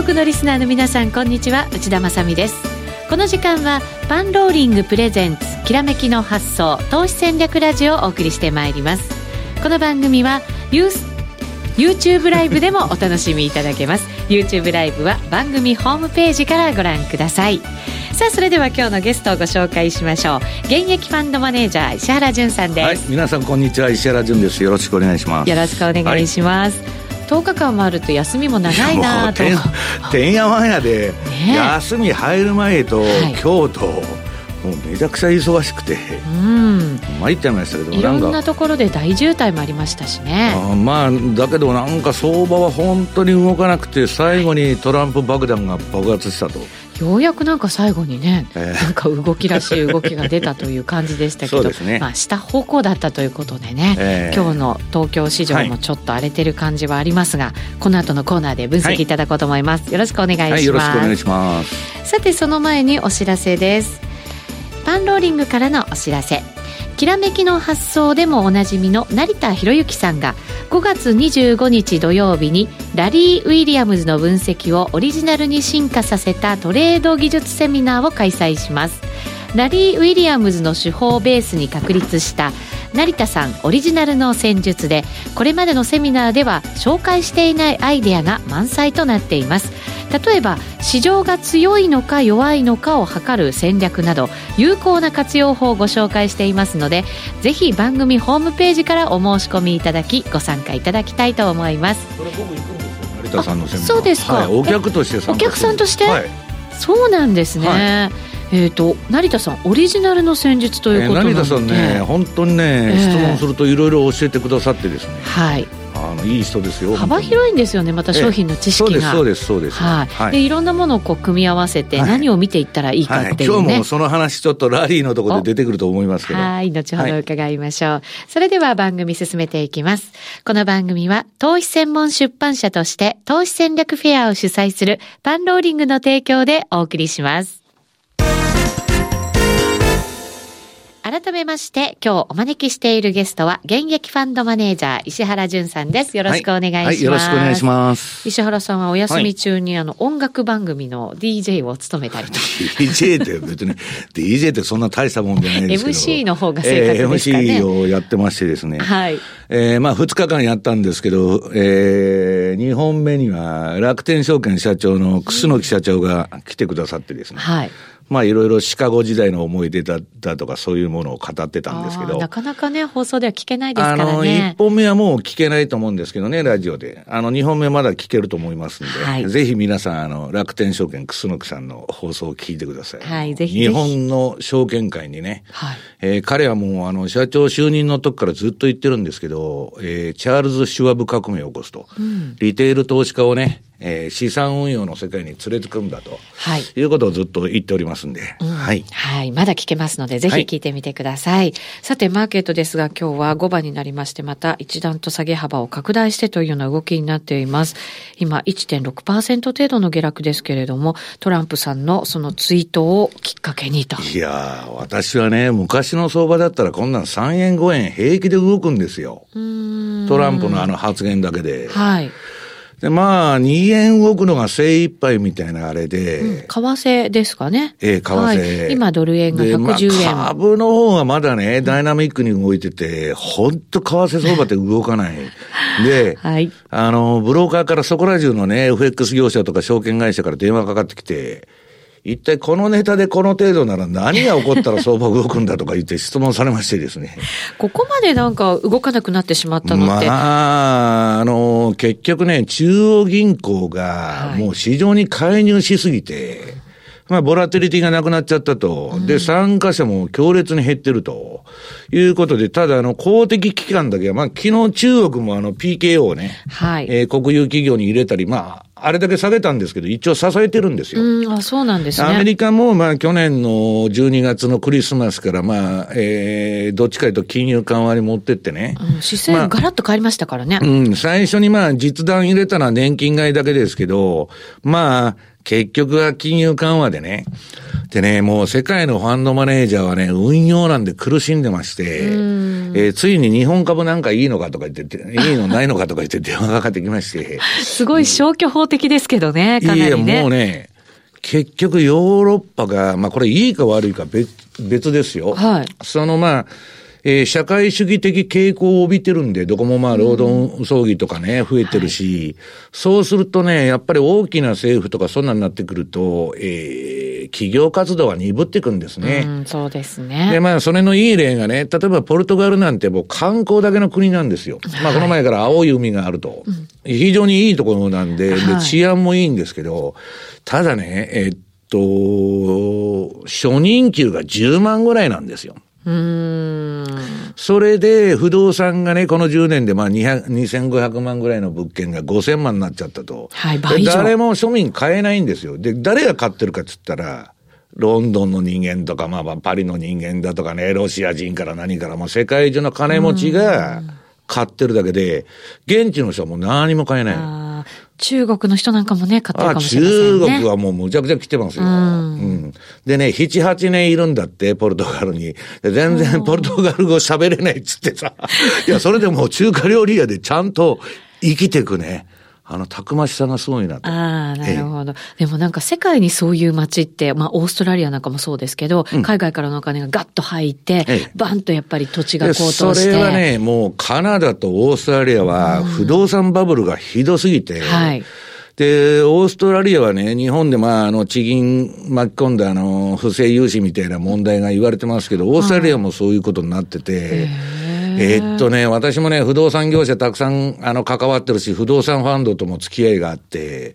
国のリスナーの皆さん、こんにちは。内田まさみです。この時間はパンローリングプレゼンツきらめきの発想投資戦略ラジオをお送りしてまいります。この番組はYouTube ライブでもお楽しみいただけます。YouTube ライブは番組ホームページからご覧ください。さあ、それでは今日のゲストをご紹介しましょう。現役ファンドマネージャー石原潤さんです。 はい、皆さんこんにちは、石原潤です。よろしくお願いします。 よろしくお願いします、10日間もあると休みも長いなと。 てんやわんやで、ね、休み入る前と、今日ともうめちゃくちゃ忙しくて、参っちゃいましたけど、 いろんなところで大渋滞もありましたしね。 だけどなんか相場は本当に動かなくて、最後にトランプ爆弾が爆発したと、 ようやくなんか最後にね、なんか動きらしい動きが出たという感じでしたけどそうですね、 下方向だったということでね、今日の東京市場もちょっと荒れてる感じはありますが、この後のコーナーで分析いただこうと思います。よろしくお願いします。 よろしくお願いします。 さて、その前にお知らせです。パンローリングからのお知らせ。きらめきの発想でもおなじみの成田博之さんが5月25日土曜日にラリー・ウィリアムズの分析をオリジナルに進化させたトレード技術セミナーを開催します。ラリー・ウィリアムズの手法をベースに確立した成田さんオリジナルの戦術で、これまでのセミナーでは紹介していないアイデアが満載となっています。例えば市場が強いのか弱いのかを測る戦略など有効な活用法をご紹介していますので、ぜひ番組ホームページからお申し込みいただきご参加いただきたいと思います。 これ僕行くんですよ、成田さんのセミナー。 そうですか、 お客として参加。 お客さんとして、そうなんですね、成田さんオリジナルの戦術ということなので、 成田さんね、本当にね、質問するといろいろ教えてくださってですね、いい人ですよ。 幅広いんですよね、また商品の知識が。 そうです。 でいろんなものを組み合わせて何を見ていったらいいかっていうね、 今日もその話ちょっとラリーのところで出てくると思いますけど、 後ほど伺いましょう。それでは番組進めていきます。この番組は投資専門出版社として投資戦略フェアを主催するパンローリングの提供でお送りします。改めまして今日お招きしているゲストは現役ファンドマネージャー石原潤さんです。よろしくお願いします。 よろしくお願いします。 石原さんはお休み中に音楽番組の DJ を務めたりと DJ って別にDJ ってそんな大したもんじゃないですけど MC の方が正確ですかね。 MC をやってましてですね、2日間やったんですけど、2本目には楽天証券社長の楠木社長が来てくださってですね、いろいろシカゴ時代の思い出だとかそういうものを語ってたんですけど、 なかなかね放送では聞けないですからね。 1本目はもう聞けないと思うんですけどね、ラジオで。2本目まだ聞けると思いますんで、ぜひ皆さん楽天証券楠木さんの放送を聞いてください。ぜひ日本の証券界にね、彼はもう社長就任の時からずっと言ってるんですけど、チャールズ・シュワブ革命を起こすと、リテール投資家をね、資産運用の世界に連れてくんだと、いうことをずっと言っておりますんで、 まだ聞けますのでぜひ聞いてみてください。さてマーケットですが、今日は5番になりまして、また一段と下げ幅を拡大してというような動きになっています。今 1.6% 程度の下落ですけれども、トランプさんのそのツイートをきっかけにと。 いや私はね、昔の相場だったらこんなん3円5円平気で動くんですよ。トランプの発言だけで。で2円動くのが精一杯みたいなあれで、 為替ですかね。 為替、 今ドル円が110円、 株の方がまだねダイナミックに動いてて、本当為替相場って動かないで、ブローカーからそこら中のね FX 業者とか証券会社から電話かかってきて、一体このネタでこの程度なら何が起こったら相場動くんだとか言って質問されましてですねここまでなんか動かなくなってしまったのって、 結局ね、中央銀行がもう市場に介入しすぎて、ボラティリティがなくなっちゃったと。で、参加者も強烈に減ってるということで、ただ公的機関だけは、昨日中国もPKO をね、国有企業に入れたり、あれだけ下げたんですけど、一応支えてるんですよ。 そうなんですね。 アメリカも去年の12月のクリスマスからどっちかというと金融緩和に持ってってね。 姿勢がガラッと変わりましたからね。 最初に実弾入れたのは年金買いだけですけど、 結局は金融緩和でね。でね、もう世界のファンドマネージャーはね、運用なんで苦しんでまして、ついに日本株なんかいいのかとか言って、いいのないのかとか言って電話がかかってきまして。 すごい消去法的ですけどね、かなりね。 いや、もうね、結局ヨーロッパが、まあこれいいか悪いか別ですよ。 はい。 社会主義的傾向を帯びてるんで、どこもまあ労働争議とかね、増えてるし、そうするとね、やっぱり大きな政府とかそんなになってくると、企業活動は鈍っていくんですね。 そうですね。 で、まあ、それのいい例がね、例えばポルトガルなんてもう観光だけの国なんですよ。まあ、この前から青い海があると。非常にいいところなんで、治安もいいんですけど、ただね、初任給が10万ぐらいなんですよ。それで不動産がね、この10年でまあ2500万ぐらいの物件が5000万になっちゃったと。 はい、倍以上。 誰も庶民買えないんですよ。で、誰が買ってるかっつったら、ロンドンの人間とか、まあパリの人間だとかね、ロシア人から何からもう世界中の金持ちが買ってるだけで、現地の人はもう何も買えない。 中国の人なんかもね、買ってるかもしれませんね。 中国はもうむちゃくちゃ来てますよ。でね、7、8年いるんだって、ポルトガルに。全然ポルトガル語喋れないっつってさ。いや、それでも中華料理屋でちゃんと生きてくね。たくましさがすごいなと。 なるほど。でもなんか世界にそういう街って、まあオーストラリアなんかもそうですけど、海外からのお金がガッと入って、バンとやっぱり土地が高騰して。 それはね、もうカナダとオーストラリアは不動産バブルがひどすぎて、 はい。 で、オーストラリアはね、日本でまあ地銀巻き込んだ不正融資みたいな問題が言われてますけど、オーストラリアもそういうことになってて、私もね、不動産業者たくさん、関わってるし、不動産ファンドとも付き合いがあって、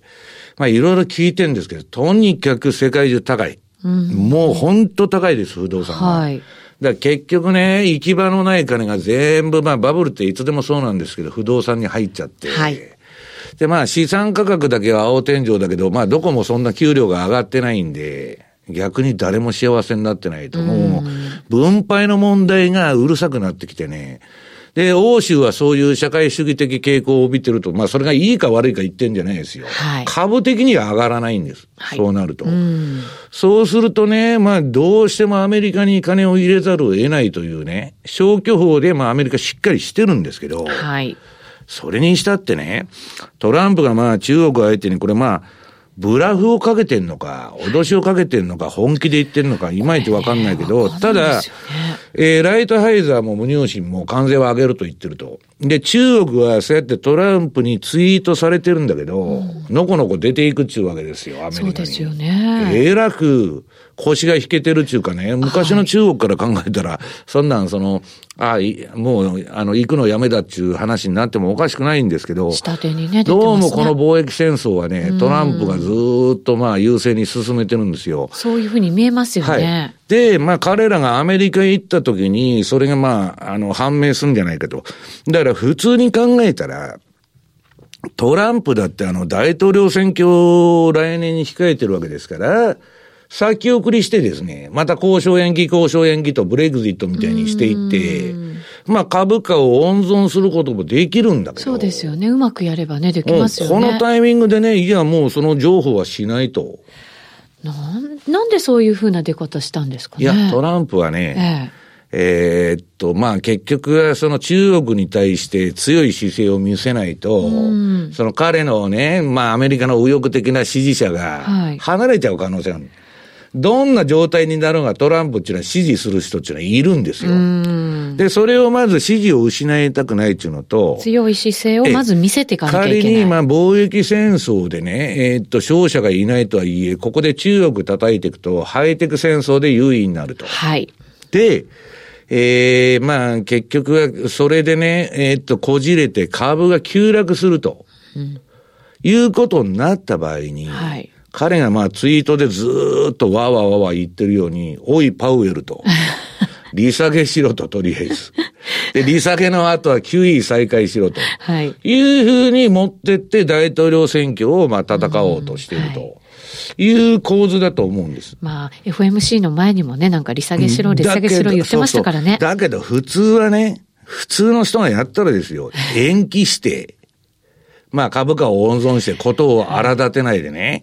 まあ、いろいろ聞いてるんですけど、とにかく世界中高い。もう本当高いです、不動産は。はい。だから結局ね、行き場のない金が全部、まあ、バブルっていつでもそうなんですけど、不動産に入っちゃって。はい。で、まあ、資産価格だけは青天井だけど、まあ、どこもそんな給料が上がってないんで、逆に誰も幸せになってないと。もう、分配の問題がうるさくなってきてね。で、欧州はそういう社会主義的傾向を帯びてると、まあそれがいいか悪いか言ってんじゃないですよ。はい、株的には上がらないんです。はい、そうなると。そうするとね、まあどうしてもアメリカに金を入れざるを得ないというね、消去法でまあアメリカしっかりしてるんですけど、はい、それにしたってね、トランプがまあ中国相手にこれまあ、ブラフをかけてんのか、脅しをかけてんのか、本気で言ってんのか、いまいちわかんないけど、ただ、ライトハイザーもムニョーシンも関税を上げると言ってると。で、中国はそうやってトランプにツイートされてるんだけど、のこのこ出ていくっちゅうわけですよ、アメリカに。 そうですよね。 えらく腰が引けてるっちゅうかね、昔の中国から考えたら、そんなんもう、行くのやめだっちゅう話になってもおかしくないんですけど、 下手にね、 どうもこの貿易戦争はね、トランプがずーっとまあ優勢に進めてるんですよ。 そういうふうに見えますよね。はい。 で、まあ彼らがアメリカへ行った時に、それがまあ、判明するんじゃないかと。だから普通に考えたら、トランプだって大統領選挙を来年に控えてるわけですから、先送りしてですね、また交渉延期とブレグジットみたいにしていって、まあ株価を温存することもできるんだけど。 そうですよね。うまくやればね、できますよね。 このタイミングでね、いやもうその情報はしないと。 なんでそういうふうな出方したんですかね。 いや、トランプはね、まあ結局はその中国に対して強い姿勢を見せないと、その彼のね、まあアメリカの右翼的な支持者が離れちゃう可能性がある。はい、どんな状態になるのがトランプっていうのは支持する人っていうのはいるんですよ。で、それをまず支持を失いたくないっていうのと、 強い姿勢をまず見せていかなきゃいけない。 仮にまあ貿易戦争でね、勝者がいないとはいえ、ここで中国叩いていくと、ハイテク戦争で優位になると。はい。で、まあ結局はそれでね、こじれて株が急落すると、いうことになった場合に、はい。彼がまあツイートでずーっとわわわわ言ってるように、おいパウエルと、利下げしろととりあえず。で、利下げの後は QE 再開しろと。はい。いうふうに持ってって大統領選挙をまあ戦おうとしていると。いう構図だと思うんです。 まあ、FMC の前にもね、なんか利下げしろ言ってましたからね。 だけど普通はね、普通の人がやったらですよ、延期して、まあ株価を温存してことを荒立てないでね、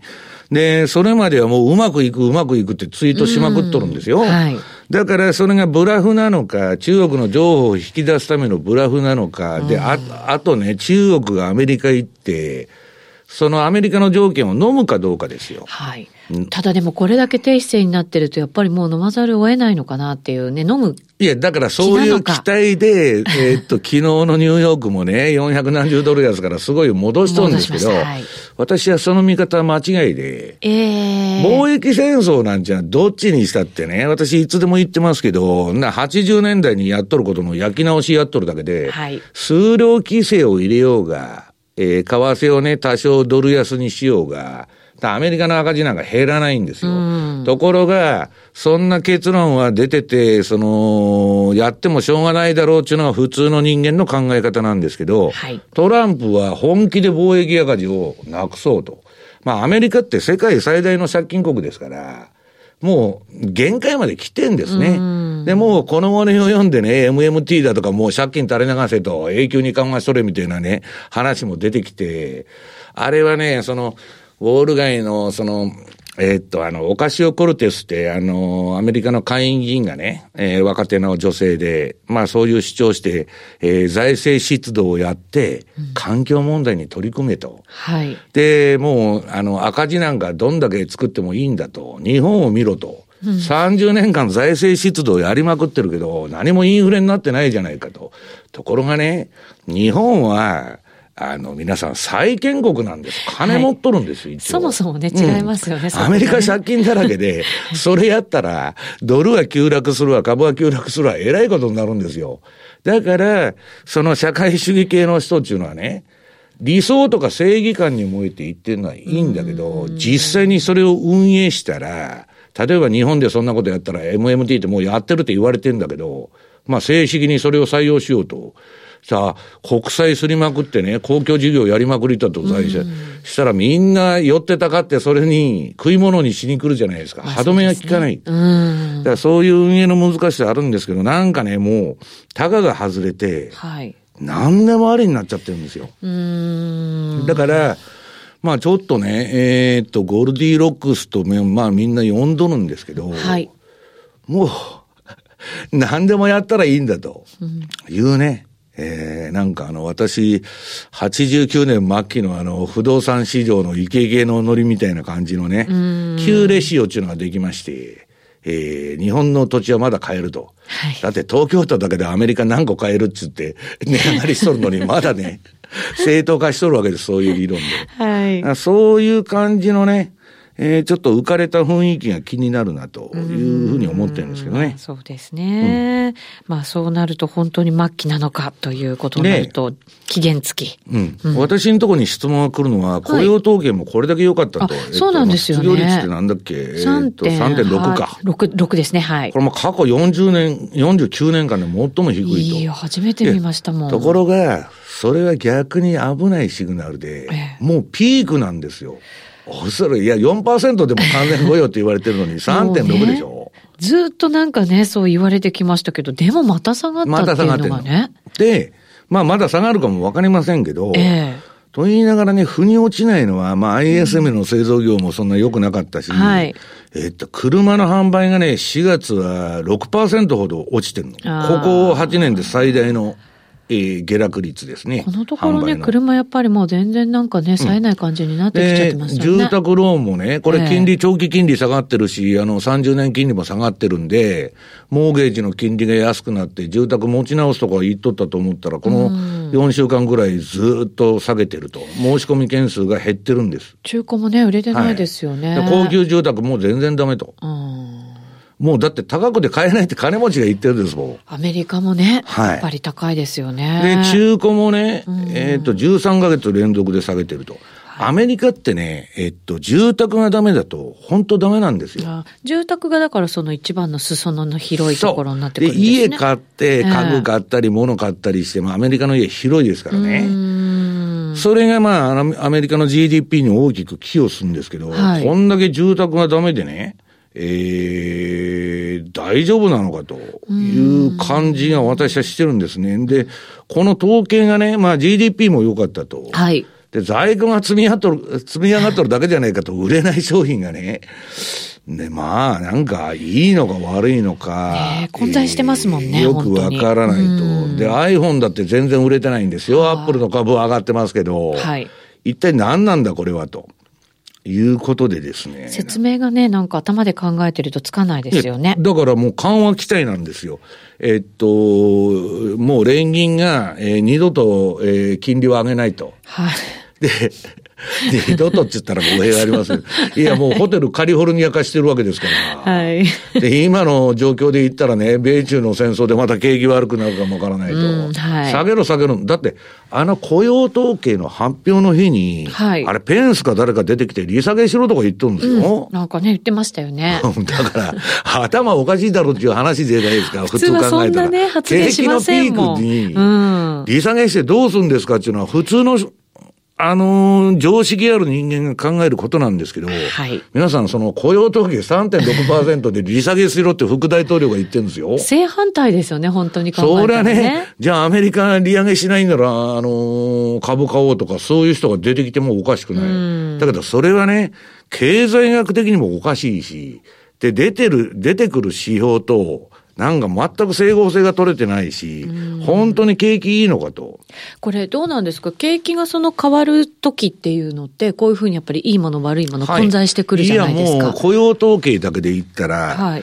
で、それまではもううまくいくってツイートしまくっとるんですよ。はい。だからそれがブラフなのか、中国の情報を引き出すためのブラフなのか、で、あとね、中国がアメリカ行って、そのアメリカの条件を飲むかどうかですよ。 はい。ただでもこれだけ低姿勢になってるとやっぱりもう飲まざるを得ないのかなっていうね、飲む。 いや、だからそういう期待で、昨日のニューヨークもね、400何十ドル安からすごい戻しとるんですけど、はい、私はその見方は間違いで、貿易戦争なんてのはどっちにしたってね、私いつでも言ってますけど、80年代にやっとることの焼き直しやっとるだけで、はい、数量規制を入れようが、為替をね、多少ドル安にしようが、アメリカの赤字なんか減らないんですよ。ところが、そんな結論は出てて、やってもしょうがないだろうっていうのが普通の人間の考え方なんですけど、はい、トランプは本気で貿易赤字をなくそうと。まあ、アメリカって世界最大の借金国ですから、もう限界まで来てんですね。で、もうこの後を読んでね、MMT だとかもう借金垂れ流せと永久に緩和しとれみたいなね、話も出てきて、あれはね、ウォール街のオカシオ・コルテスって、アメリカの下院議員がね、若手の女性で、まあそういう主張して、財政出動をやって、環境問題に取り組めと。はい。で、もう、赤字なんかどんだけ作ってもいいんだと。日本を見ろと。30年間財政出動やりまくってるけど、何もインフレになってないじゃないかと。ところがね、日本は、皆さん債権国なんです。金持っとるんですよ、はい、 そもそもね、違いますよね。 アメリカ借金だらけで、それやったら、ドルは急落するわ、株は急落するわ、えらいことになるんですよ。だから、その社会主義系の人っていうのはね、理想とか正義感に燃えて言ってるのはいいんだけど、実際にそれを運営したら、例えば日本でそんなことやったら MMT ってもうやってるって言われてんだけど、まあ正式にそれを採用しようと。さあ、国債すりまくってね、公共事業やりまくりたと財政。したらみんな寄ってたかってそれに食い物にしに来るじゃないですか。歯止めが効かない。だからそういう運営の難しさあるんですけど、なんかね、もう、タガが外れて、はい、何でもありになっちゃってるんですよ。だから、まあちょっとね、ゴールディロックスと、まあみんな呼んどるんですけど、はい、もう、何でもやったらいいんだというね。なんか私、89年末期の不動産市場のイケイケのノリみたいな感じのね、旧レシオっていうのができまして、日本の土地はまだ買えると。はい、だって東京都だけでアメリカ何個買えるっつって値上がりしとるのにまだね、正当化しとるわけです、そういう理論で。はい、そういう感じのね、ちょっと浮かれた雰囲気が気になるなというふうに思ってるんですけどね。 そうですね。まあそうなると本当に末期なのかということになると、期限付き。 私のところに質問が来るのは、雇用統計もこれだけ良かったと。 そうなんですよね。 失業率ってなんだっけ3.6 か。 6ですね、はい。 これも過去49年間で最も低いと。 いや、初めて見ましたもん。 ところが、それは逆に危ないシグナルで、もうピークなんですよ。それ、いや、4% でも完全雇用って言われてるのに 3.6 でしょ。 ずっとなんかね、そう言われてきましたけど、でもまた下がったっていうのがね。 で、まあまだ下がるかもわかりませんけど、と言いながらね、腑に落ちないのは、まあ ISM の製造業もそんな良くなかったし、はい、車の販売がね、4月は 6% ほど落ちてるの。ここ8年で最大の下落率ですね。 このところね、車やっぱりもう全然なんかね、冴えない感じになってきちゃってますよね。 住宅ローンもね、これ長期金利下がってるし、30年金利も下がってるんで、モーゲージの金利が安くなって、住宅持ち直すとか言っとったと思ったら、この4週間ぐらいずっと下げてると。申し込み件数が減ってるんです。 中古もね、売れてないですよね。 はい、高級住宅も全然ダメと。もうだって高くで買えないって金持ちが言ってるんですもん。 アメリカもね、はい、やっぱり高いですよね。 で、中古もね、13ヶ月連続で下げてると。はい、アメリカってね、住宅がダメだと、本当ダメなんですよ。 住宅がだからその一番の裾野の広いところになってくるんですね。 で、家買って、家具買ったり、物買ったりして、アメリカの家広いですからね。それがまあ、アメリカの GDP に大きく寄与するんですけど、はい、こんだけ住宅がダメでね、大丈夫なのかという感じが私はしてるんですね。で、この統計がね、まあ GDP も良かったと。はい。 で、在庫が積み上がっとるだけじゃないかと、売れない商品がね、で、まあ、なんか、いいのか悪いのか。 混在してますもんね。 よくわからないと。で、iPhone だって全然売れてないんですよ。アップルの株は上がってますけど。はい。一体何なんだこれはと。いうことでですね。 説明がね、なんか頭で考えてるとつかないですよね。 だからもう緩和期待なんですよ。もう連銀が、二度と、金利を上げないと。はい。で、二度とって言ったら語弊がありますいや、もうホテルカリフォルニア化してるわけですから。はい。で、今の状況で言ったらね、米中の戦争でまた景気悪くなるかもわからないと。はい。下げろ。だって、雇用統計の発表の日に、はい。あれ、ペンスか誰か出てきて利下げしろとか言っとるんですよ。 なんかね、言ってましたよね。 だから、頭おかしいだろうっていう話じゃないですか、普通考えたら。 そんなね、発言しませんもん。 景気のピークに、利下げしてどうするんですかっていうのは、普通の、常識ある人間が考えることなんですけど、はい。皆さん、その雇用統計 3.6% で利下げしろって副大統領が言ってるんですよ。 正反対ですよね、本当に考えたらね。それはね、 じゃあアメリカ利上げしないんなら、株買おうとか、そういう人が出てきてもおかしくない。だけど、それはね、経済学的にもおかしいし、で、出てくる指標と、なんか全く整合性が取れてないし、本当に景気いいのかと。 これどうなんですか？景気がその変わる時っていうのって、こういうふうにやっぱりいいもの悪いもの混在してくるじゃないですか。 いやもう雇用統計だけで言ったら、はい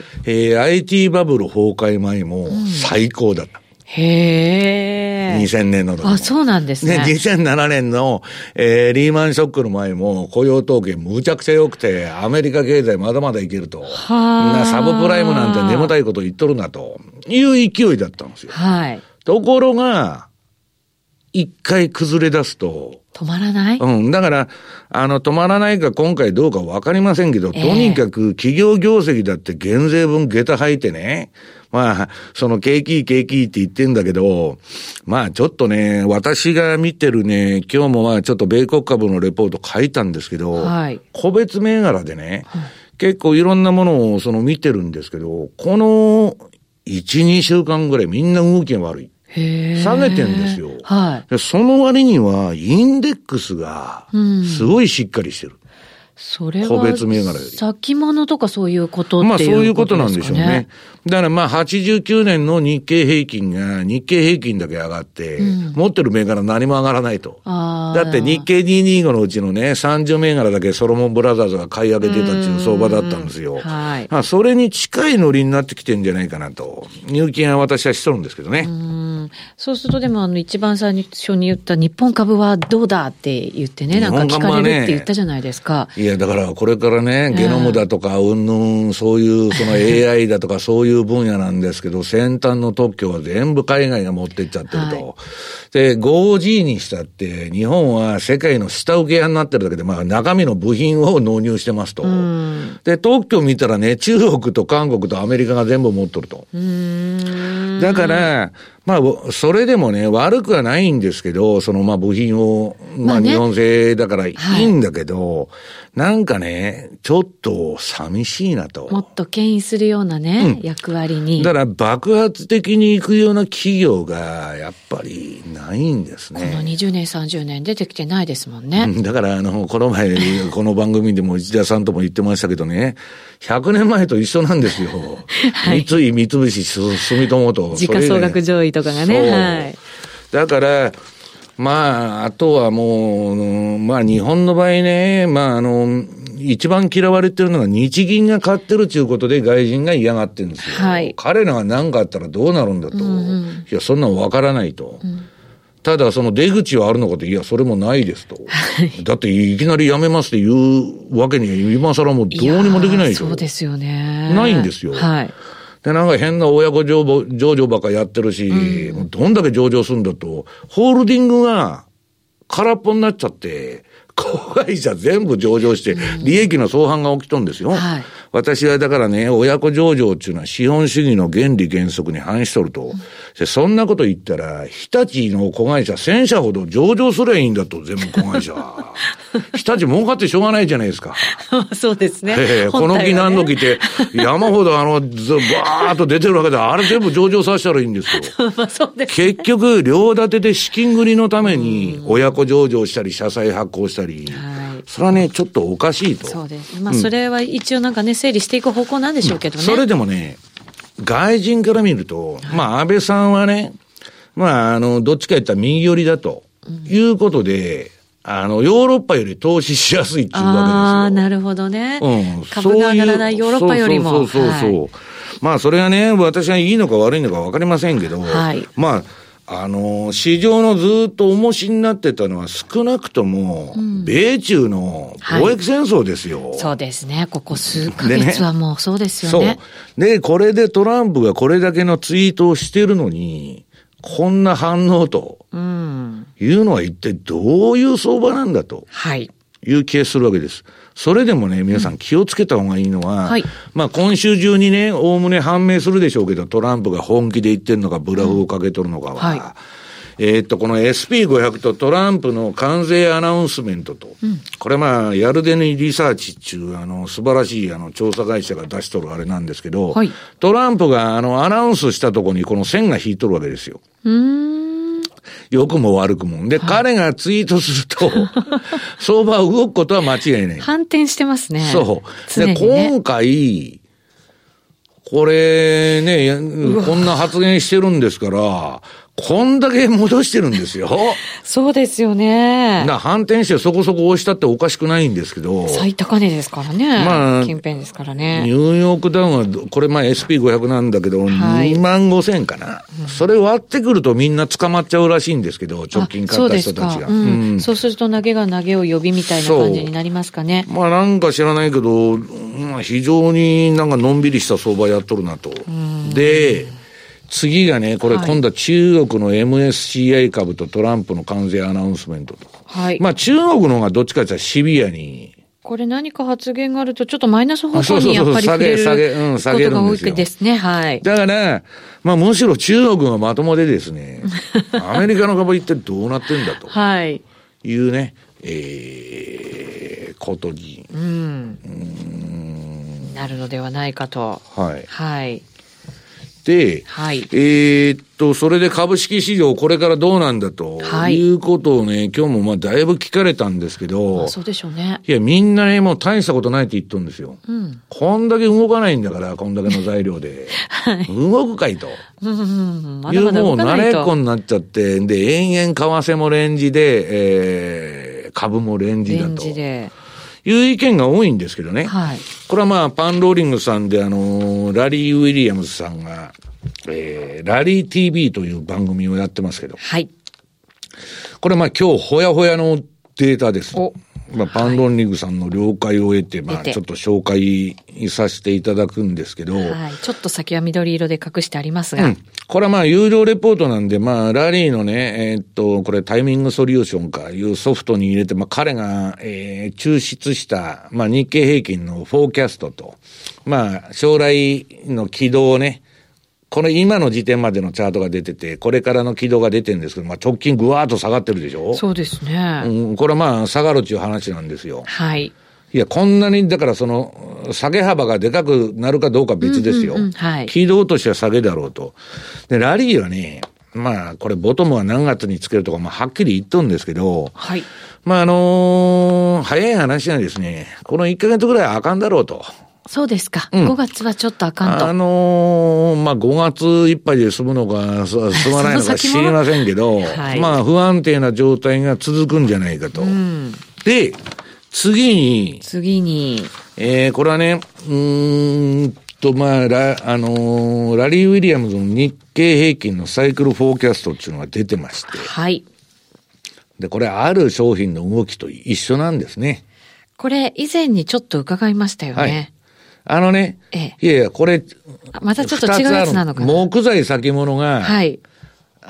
、IT バブル崩壊前も最高だった。 へー。 2000年の時も。 あ、そうなんですね。 2007年の、リーマンショックの前も雇用統計むちゃくちゃ良くて、アメリカ経済まだまだいけると。サブプライムなんて眠たいこと言っとるなという勢いだったんですよ。はい。ところが、一回崩れ出すと。 止まらない？ だから、止まらないか今回どうかわかりませんけど、とにかく企業業績だって減税分下駄吐いてね、まあ、その景気いいって言ってんだけど、まあちょっとね、私が見てるね、今日もまあちょっと米国株のレポート書いたんですけど、はい、個別銘柄でね、結構いろんなものを見てるんですけど、この1、2週間ぐらいみんな動きが悪い。下げてんですよ。はい。その割には、インデックスが、すごいしっかりしてる。 それは、 個別銘柄より。 先物とかそういうことっていうことですかね。 まあそういうことなんでしょうね。だからまあ89年の日経平均が、日経平均だけ上がって、持ってる銘柄何も上がらないと。だって日経225のうちのね、30銘柄だけソロモンブラザーズが買い上げてたっていう相場だったんですよ。はい。まあそれに近いノリになってきてんじゃないかなと。いう気が私はしとるんですけどね。 そうするとでも一番最初に言った日本株はどうだって言ってね、なんか聞かれるって言ったじゃないですか。 いやだからこれからね、ゲノムだとかそういうその AI だとかそういう分野なんですけど、先端の特許は全部海外が持ってっちゃってると。はい、で、5G にしたって日本は世界の下請け屋になってるだけで、まあ中身の部品を納入してますと。で、特許見たらね、中国と韓国とアメリカが全部持っとると。だから、まあ、それでもね、悪くはないんですけど、まあ、部品を、まあ、日本製だからいいんだけど、なんかね、ちょっと寂しいなと。 もっと牽引するようなね、役割に。 だから、爆発的に行くような企業が、やっぱりないんですね。 この20年、30年出てきてないですもんね。 だから、この前、この番組でも石田さんとも言ってましたけどね、100年前と一緒なんですよ。はい、三井、三菱、住友と。 時価総額上位とかがね。はい。 だから、まあ、あとはもう、まあ日本の場合ね、まあ一番嫌われてるのが日銀が買ってるということで外人が嫌がってるんですよ。はい。彼らが何かあったらどうなるんだと。いや、そんなのわからないと。ただその出口はあるのかと、いや、それもないですと。だっていきなりやめますって言うわけには今更もうどうにもできないでしょ。 そうですよね。 ないんですよ。はい。で、なんか変な親子上場ばっかやってるし、どんだけ上場するんだと、ホールディングが空っぽになっちゃって、子会社全部上場して、利益の相反が起きとんですよ。はい、 私はだからね、親子上場っていうのは資本主義の原理原則に反しとると。そんなこと言ったら、日立の子会社1000社ほど上場すりゃいいんだと、全部子会社。日立儲かってしょうがないじゃないですか。 そうですね。 この木何の木って山ほどバーっと出てるわけで、あれ全部上場させたらいいんですよ。 まあそうですね、結局、両立てで資金繰りのために親子上場したり、社債発行したり、それはね、ちょっとおかしいと。 そうです。まあそれは一応なんかね、整理していく方向なんでしょうけどね。 それでもね、外人から見ると、まあ安倍さんはね、まあどっちか言ったら右寄りだということで、ヨーロッパより投資しやすいっていうわけですよ。 ああ、なるほどね。株が上がらないヨーロッパよりも。 そう。まあ、それがね、私がいいのか悪いのか分かりませんけど、まあ、市場のずっと重しになってたのは少なくとも、米中の貿易戦争ですよ。 そうですね。ここ数ヶ月はもうそうですよね。 そう。で、これでトランプがこれだけのツイートをしてるのに、こんな反応と、いうのは一体どういう相場なんだと、いう気がするわけです。それでもね、皆さん気をつけた方がいいのは、まあ今週中にね、おおむね判明するでしょうけど、トランプが本気で言ってるのか、ブラフをかけとるのかは、この SP500 とトランプの関税アナウンスメントと、これまあ、ヤルデニリサーチっていう、素晴らしい調査会社が出しとるあれなんですけど、トランプがアナウンスしたところにこの線が引いとるわけですよ。良くも悪くも。で、彼がツイートすると、相場動くことは間違いない。 反転してますね。 そう。で、今回、これね、こんな発言してるんですから、こんだけ戻してるんですよ。 そうですよね。 反転してそこそこ押したっておかしくないんですけど。 最高値ですからね。まあ、近辺ですからね。 ニューヨークダウンは、これまあ SP500 なんだけど、25,000かな、それ割ってくるとみんな捕まっちゃうらしいんですけど、直近買った人たちが。 そうすると投げが投げを呼びみたいな感じになりますかね。 まあなんか知らないけど、非常になんかのんびりした相場やっとるなと。で、次がね、これ今度は中国の MSCI 株とトランプの関税アナウンスメントと。まあ中国の方がどっちかというとシビアに。 これ何か発言があるとちょっとマイナス方向にやっぱり触れることが多いですね。だから、まあむしろ中国がまともでですね、アメリカの株一体どうなってんだと。いうね、ことに。 なるのではないかと。 で、それで株式市場これからどうなんだということをね、今日もまあだいぶ聞かれたんですけど、 そうでしょうね。 いや、みんなね、もう大したことないって言っとるんですよ。こんだけ動かないんだから、こんだけの材料で。動くかいと。いうもう慣れっこになっちゃって、で、延々為替もレンジで、株もレンジだと。いう意見が多いんですけどね。これはまあ、パンローリングさんでラリー・ウィリアムズさんが、ラリー TV という番組をやってますけど。これまあ今日ほやほやのデータです。まあ、パンローリングさんの了解を得て、まあちょっと紹介させていただくんですけど。 ちょっと先は緑色で隠してありますが。 これはまあ有料レポートなんで、まあラリーのね、これタイミングソリューションかいうソフトに入れて、まあ彼が、抽出した、まあ日経平均のフォーキャストと、まあ将来の軌道をね、これ今の時点までのチャートが出てて、これからの軌道が出てるんですけど、まあ直近ぐわーっと下がってるでしょ。 そうですね。 これはまあ下がるっていう話なんですよ。 いや、こんなに、だからその、下げ幅がでかくなるかどうか別ですよ。軌道としては下げだろうと。で、ラリーはね、まあ、これボトムは何月につけるとか、まあ、はっきり言っとるんですけど、まあ早い話はですね、この1ヶ月ぐらいはあかんだろうと。 そうですか。5月はちょっとあかんと。 まあ5月いっぱいで済むのか、済まないのか知りませんけど、まあ不安定な状態が続くんじゃないかと。で、次に、これはね、まあ、ラリー・ウィリアムズの日経平均のサイクルフォーキャストっていうのが出てまして。で、これある商品の動きと一緒なんですね。 これ以前にちょっ伺いましたよね。 いやいや、これ、 またちょっと違うやつなのかな。 木材先物が、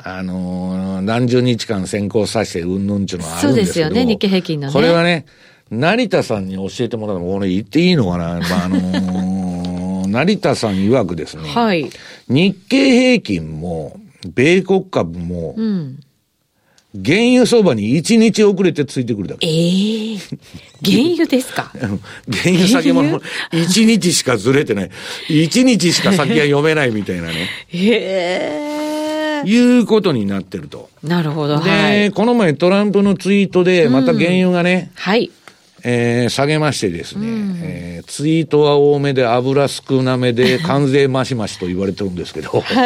何十日間先行させてうんぬんちゅうのはあるんですけど。 そうですよね、日経平均のね。 これはね、 成田さんに教えてもらったの、俺言っていいのかな、成田さん曰くですね、 はい、 日経平均も米国株も、原油相場に1日遅れてついてくるだけ。 原油ですか？ 原油先物も1日しかずれてない。1日しか先が読めないみたいなね。いうことになってると。 なるほど。 で、はい、この前トランプのツイートで、また原油がね、 はい。 下げましてですね、ツイートは多めで油少なめで関税マシマシと言われてるんですけど、はい。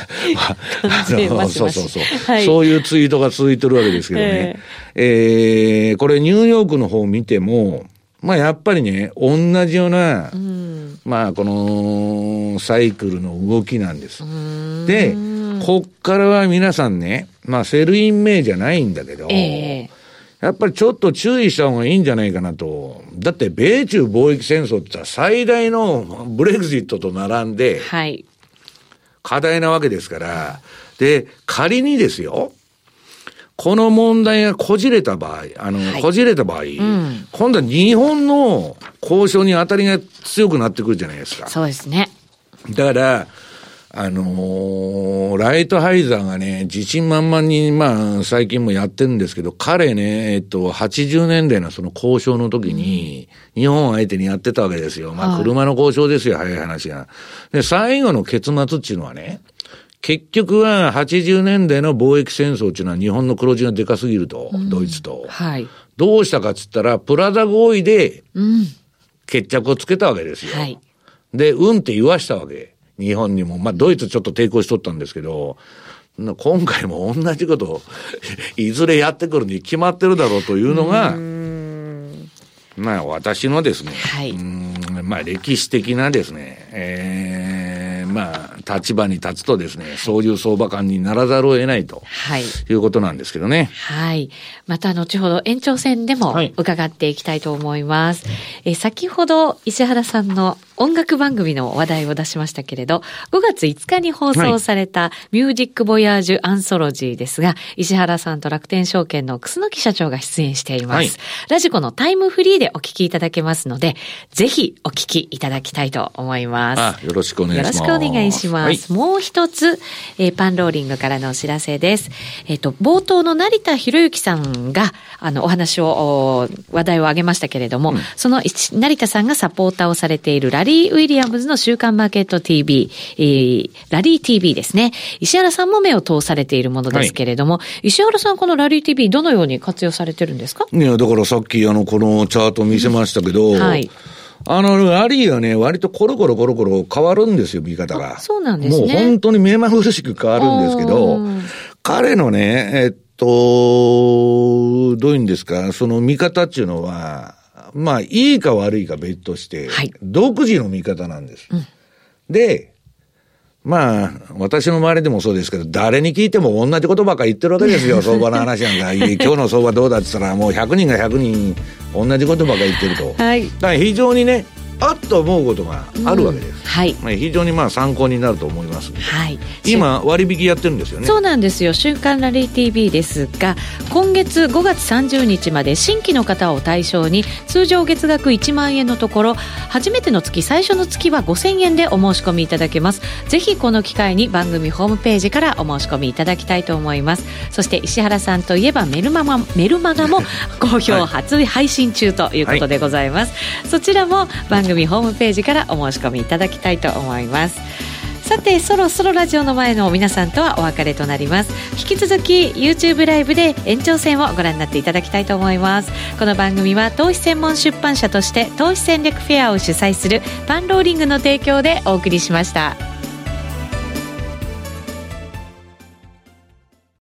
そう、はい、そういうツイートが続いてるわけですけどね、これニューヨークの方を見ても、まあやっぱりね、同じような、まあこのサイクルの動きなんです。で、こっからは皆さんね、まあセルインメイじゃないんだけど、やっぱりちょっと注意した方がいいんじゃないかなと。だって米中貿易戦争って最大のブレグジットと並んで、はい、課題なわけですから、で、仮にですよ、この問題がこじれた場合、こじれた場合、今度は日本の交渉に当たりが強くなってくるじゃないですか。 そうですね。 だから、ライトハイザーがね、自信満々に、まあ、最近もやってるんですけど、彼ね、80年代のその交渉の時に、日本を相手にやってたわけですよ。まあ、車の交渉ですよ、早い話が。で、最後の結末っていうのはね、結局は80年代の貿易戦争っていうのは日本の黒字がでかすぎると、ドイツと。はい。どうしたかっつったら、プラザ合意で、決着をつけたわけですよ。はい。で、って言わしたわけ。日本にも。まあ、ドイツちょっと抵抗しとったんですけど、今回も同じことをいずれやってくるに決まってるだろうというのが、まあ、私のですね、はい、まあ、歴史的なですね、まあ、立場に立つとですね、そういう相場感にならざるを得ないと、はい、いうことなんですけどね。 はい。また後ほど延長戦でも伺っていきたいと思います。はい、先ほど石原さんの音楽番組の話題を出しましたけれど、5月5日に放送されたミュージックボヤージュアンソロジーですが、石原さんと楽天証券の楠木社長が出演しています。はい、ラジコのタイムフリーでお聞きいただけますので、ぜひお聞きいただきたいと思います。 よろしくお願いします。 よろしくお願いします。はい、もう一つ、パンローリングからのお知らせです。冒頭の成田博之さんが、お話を、話題を挙げましたけれども、その成田さんがサポーターをされているラリー・ウィリアムズの週刊マーケット TV、ラリー TV ですね。石原さんも目を通されているものですけれども、はい、石原さんこのラリー TV どのように活用されてるんですか？ いや、だからさっきこのチャート見せましたけど、はい。ラリーがね、割とコロコロ変わるんですよ、見方が。 そうなんですね。 もう本当に目まぐるしく変わるんですけど、彼のね、どういうんですか、その見方っていうのは、まあ、いいか悪いか別として、はい、独自の見方なんです。で、まあ、私の周りでもそうですけど、誰に聞いても同じことばっかり言ってるわけですよ、相場の話なんか。今日の相場どうだって言ったら、もう100人が100人同じことばっかり言ってると。はい。だから非常にね、あっと思うことがあるわけです。はい。まあ、非常にまあ参考になると思います。はい。今割引やってるんですよね。 そうなんですよ。週刊ラリー TV ですが、今月5月30日まで新規の方を対象に通常月額1万円のところ、初めての月最初の月は5000円でお申し込みいただけます。ぜひこの機会に番組ホームページからお申し込みいただきたいと思います。そして石原さんといえばメルマガも好評初配信中ということでございます。はい、そちらも番組ホームページからお申し込みいただきたいと思います。さて、そろそろラジオの前の皆さんとはお別れとなります。引き続き YouTube ライブで延長戦をご覧になっていただきたいと思います。この番組は投資専門出版社として投資戦略フェアを主催するパンローリングの提供でお送りしました。